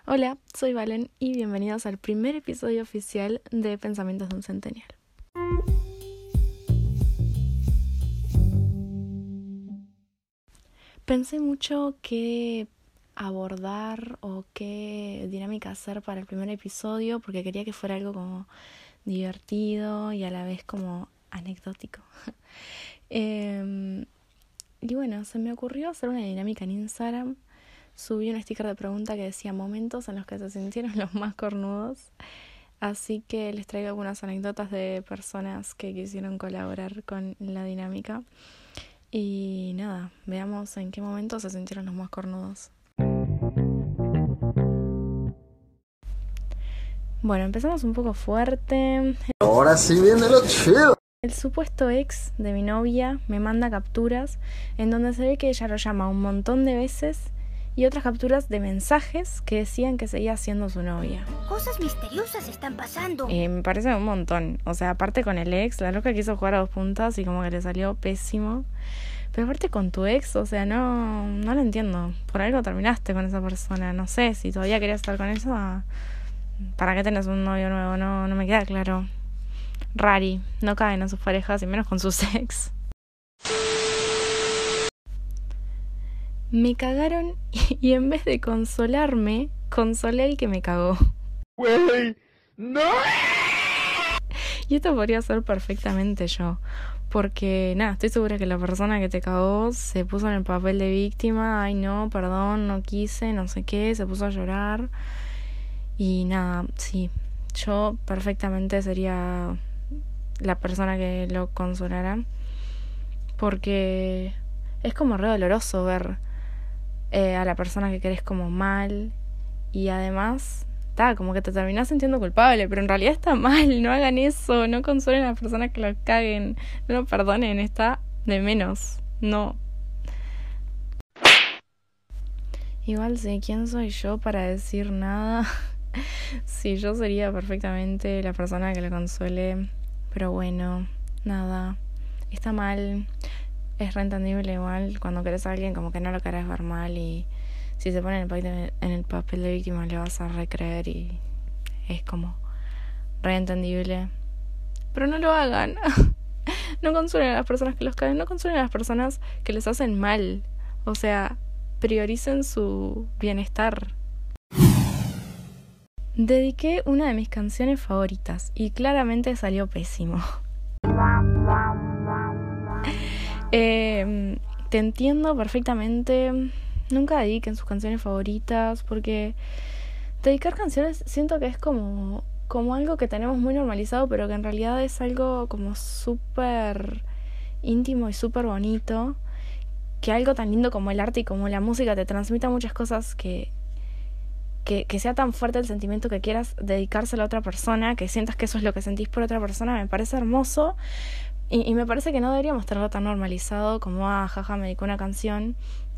Hola, soy Valen y bienvenidos al primer episodio oficial de Pensamientos de un Centennial. Pensé mucho qué abordar o qué dinámica hacer para el primer episodio porque quería que fuera algo como divertido y a la vez como anecdótico. Y bueno, se me ocurrió hacer una dinámica en Instagram. Subí un sticker de pregunta que decía momentos en los que se sintieron los más cornudos. Así que les traigo algunas anécdotas de personas que quisieron colaborar con la dinámica. Y nada, veamos en qué momento se sintieron los más cornudos. Bueno, empezamos un poco fuerte. Ahora sí viene lo chido. El supuesto ex de mi novia me manda capturas en donde se ve que ella lo llama un montón de veces y otras capturas de mensajes que decían que seguía siendo su novia. Cosas misteriosas están pasando. Me parece un montón. O sea, aparte con el ex, la loca quiso jugar a 2 puntas y como que le salió pésimo. Pero aparte con tu ex, o sea, no lo entiendo. Por algo terminaste con esa persona. No sé, si todavía querías estar con esa, ¿para qué tenés un novio nuevo? No me queda claro. Rari, no caen a sus parejas y menos con sus ex. Me cagaron y en vez de consolarme, consolé al que me cagó. Güey, no. Y esto podría ser perfectamente yo. Porque, nada, estoy segura que la persona que te cagó se puso en el papel de víctima. Ay, no, perdón, no quise, no sé qué. Se puso a llorar. Y nada, sí, yo perfectamente sería la persona que lo consolara. Porque es como re doloroso ver a la persona que querés como mal. Y además, como que te terminás sintiendo culpable, pero en realidad está mal. No hagan eso, no consuelen a las personas que lo caguen, no lo perdonen, está de menos. No. Igual sí, ¿quién soy yo para decir nada? Sí, yo sería perfectamente la persona que lo consuele. Pero bueno, nada, está mal. Es reentendible igual cuando querés a alguien como que no lo querés ver mal y si se pone en el papel de víctima le vas a recreer y es como reentendible. Pero no lo hagan. No consuelen a las personas que los caen, no consuelen a las personas que les hacen mal. O sea, prioricen su bienestar. Dediqué una de mis canciones favoritas y claramente salió pésimo. Te entiendo perfectamente. Nunca dediquen sus canciones favoritas porque dedicar canciones siento que es como algo que tenemos muy normalizado, pero que en realidad es algo como súper íntimo y súper bonito. Que algo tan lindo como el arte y como la música te transmita muchas cosas que sea tan fuerte el sentimiento que quieras dedicárselo a otra persona, que sientas que eso es lo que sentís por otra persona, me parece hermoso. Y me parece que no deberíamos tenerlo tan normalizado como, jaja, me dedicó una canción.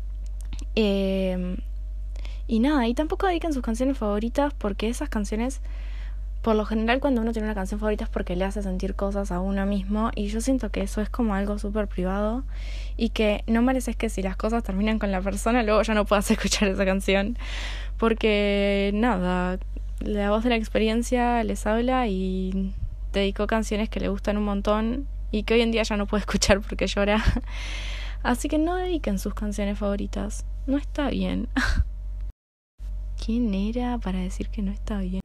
Y nada, y tampoco dediquen sus canciones favoritas porque esas canciones, por lo general cuando uno tiene una canción favorita es porque le hace sentir cosas a uno mismo. Y yo siento que eso es como algo súper privado y que no mereces que si las cosas terminan con la persona, luego ya no puedas escuchar esa canción. Porque nada, la voz de la experiencia les habla y dedicó canciones que le gustan un montón y que hoy en día ya no puede escuchar porque llora. Así que no dediquen sus canciones favoritas. No está bien. ¿Quién era para decir que no está bien?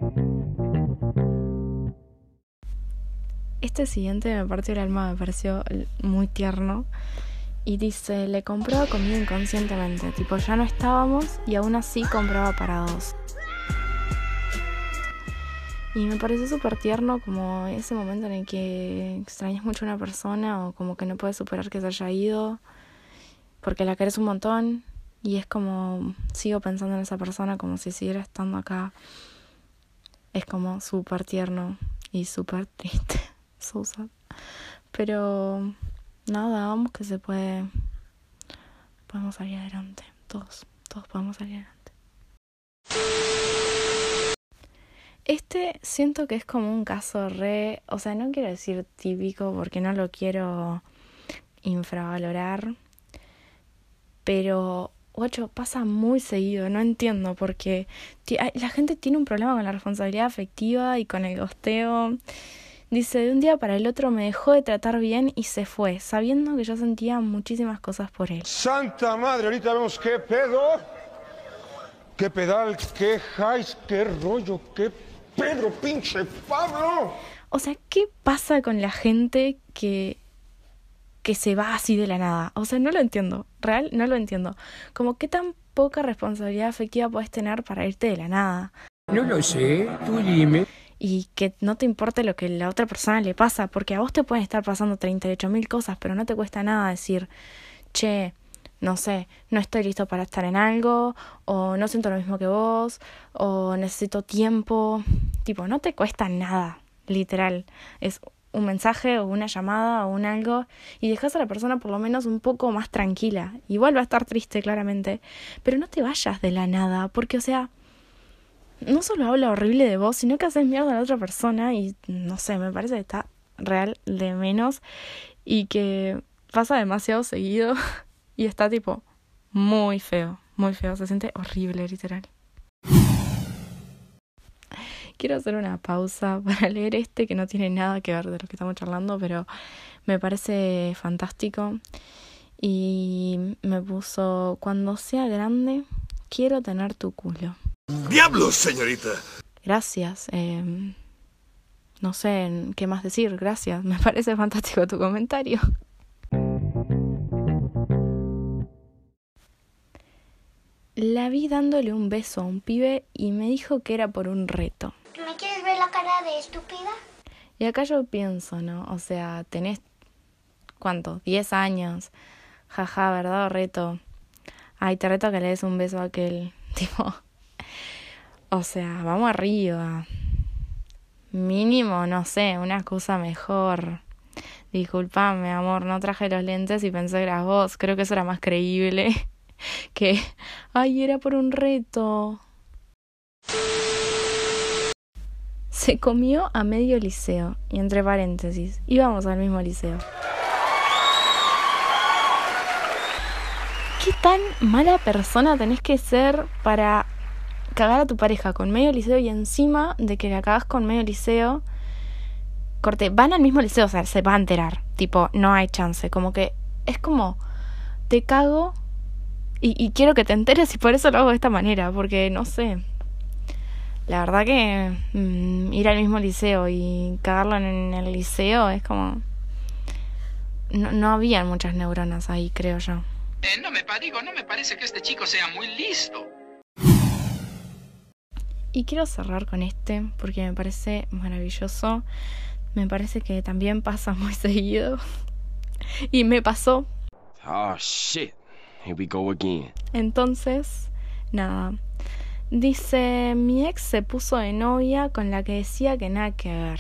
Este siguiente me partió el alma, me pareció muy tierno. Y dice, le compraba comida inconscientemente. Tipo, ya no estábamos y aún así compraba para 2. Y me pareció súper tierno como ese momento en el que extrañas mucho a una persona o como que no puedes superar que se haya ido porque la querés un montón y es como sigo pensando en esa persona como si siguiera estando acá. Es como súper tierno y súper triste. So sad. Pero nada, vamos que se puede. Podemos salir adelante. Todos podemos salir adelante. Este siento que es como un caso o sea, no quiero decir típico porque no lo quiero infravalorar, pero guacho, pasa muy seguido, no entiendo, porque la gente tiene un problema con la responsabilidad afectiva y con el gosteo. Dice, de un día para el otro me dejó de tratar bien y se fue, sabiendo que yo sentía muchísimas cosas por él. Santa madre, ahorita vemos qué pedo, qué pedal, qué highs, qué rollo, qué Pedro, pinche Pablo. O sea, ¿qué pasa con la gente que se va así de la nada? O sea, no lo entiendo, real, no lo entiendo. Como qué tan poca responsabilidad afectiva puedes tener para irte de la nada. No lo sé, tú dime. Y que no te importe lo que a la otra persona le pasa, porque a vos te pueden estar pasando 38.000 cosas, pero no te cuesta nada decir, che, no sé, no estoy listo para estar en algo, o no siento lo mismo que vos, o necesito tiempo. Tipo, no te cuesta nada, literal. Es un mensaje o una llamada o un algo y dejas a la persona por lo menos un poco más tranquila. Igual va a estar triste, claramente, pero no te vayas de la nada, porque, o sea, no solo habla horrible de vos, sino que haces mierda a la otra persona y, no sé, me parece que está real de menos y que pasa demasiado seguido y está, tipo, muy feo, se siente horrible, literal. Quiero hacer una pausa para leer que no tiene nada que ver de lo que estamos charlando, pero me parece fantástico. Y me puso, cuando sea grande, quiero tener tu culo. ¡Diablos, señorita! Gracias. No sé qué más decir, gracias. Me parece fantástico tu comentario. La vi dándole un beso a un pibe y me dijo que era por un reto. ¿Me quieres ver la cara de estúpida? Y acá yo pienso, ¿no? O sea, tenés, ¿cuánto? 10 años. Jaja, ¿verdad? Reto. Ay, te reto a que le des un beso a aquel. Tipo, o sea, vamos arriba. Mínimo, no sé, una cosa mejor. Disculpame, amor, no traje los lentes y pensé que eras vos. Creo que eso era más creíble que, ay, era por un reto. Se comió a medio liceo, y entre paréntesis, íbamos al mismo liceo. ¿Qué tan mala persona tenés que ser para cagar a tu pareja con medio liceo y encima de que la cagás con medio liceo? Corte, van al mismo liceo, o sea, se va a enterar. Tipo, no hay chance. Como que es como, te cago y quiero que te enteres y por eso lo hago de esta manera. Porque, no sé, la verdad que ir al mismo liceo y cagarlo en el liceo es como... No habían muchas neuronas ahí, creo yo. No me parece que este chico sea muy listo. Y quiero cerrar con porque me parece maravilloso. Me parece que también pasa muy seguido. Y me pasó. Oh, shit. Here we go again. Entonces, nada. Dice, mi ex se puso de novia con la que decía que nada que ver.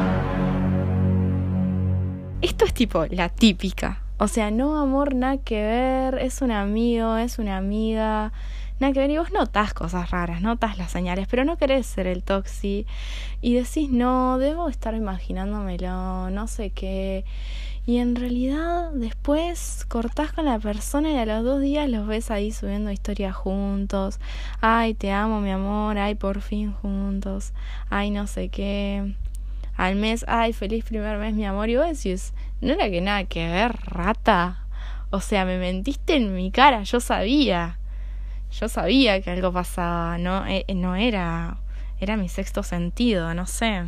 Esto es tipo la típica. O sea, no, amor, nada que ver. Es un amigo, es una amiga. Nada que ver, y vos notás cosas raras, notás las señales, pero no querés ser el toxi. Y decís, no, debo estar imaginándomelo, no sé qué. Y en realidad después cortás con la persona y a los 2 días los ves ahí subiendo historias juntos. Ay, te amo, mi amor, ay, por fin juntos. Ay, no sé qué. Al mes, ay, feliz primer mes, mi amor. Y vos decís, no era que nada que ver, rata. O sea, me mentiste en mi cara, yo sabía que algo pasaba, no era mi sexto sentido, no sé.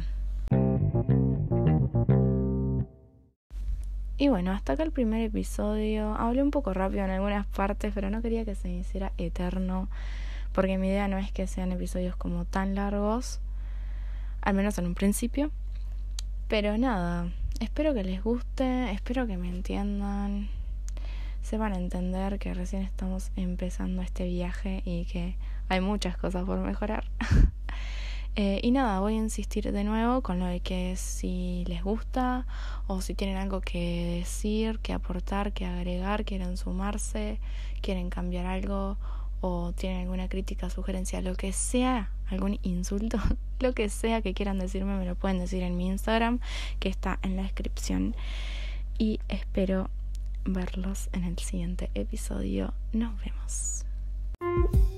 Y bueno, hasta acá el primer episodio. Hablé un poco rápido en algunas partes, pero no quería que se me hiciera eterno, porque mi idea no es que sean episodios como tan largos, al menos en un principio. Pero nada, espero que les guste, espero que me entiendan. Se van a entender que recién estamos empezando este viaje y que hay muchas cosas por mejorar. Y nada, voy a insistir de nuevo con lo de que si les gusta o si tienen algo que decir, que aportar, que agregar, quieren sumarse, quieren cambiar algo o tienen alguna crítica, sugerencia, lo que sea, algún insulto, lo que sea que quieran decirme, me lo pueden decir en mi Instagram, que está en la descripción. Y espero verlos en el siguiente episodio. Nos vemos. Chao.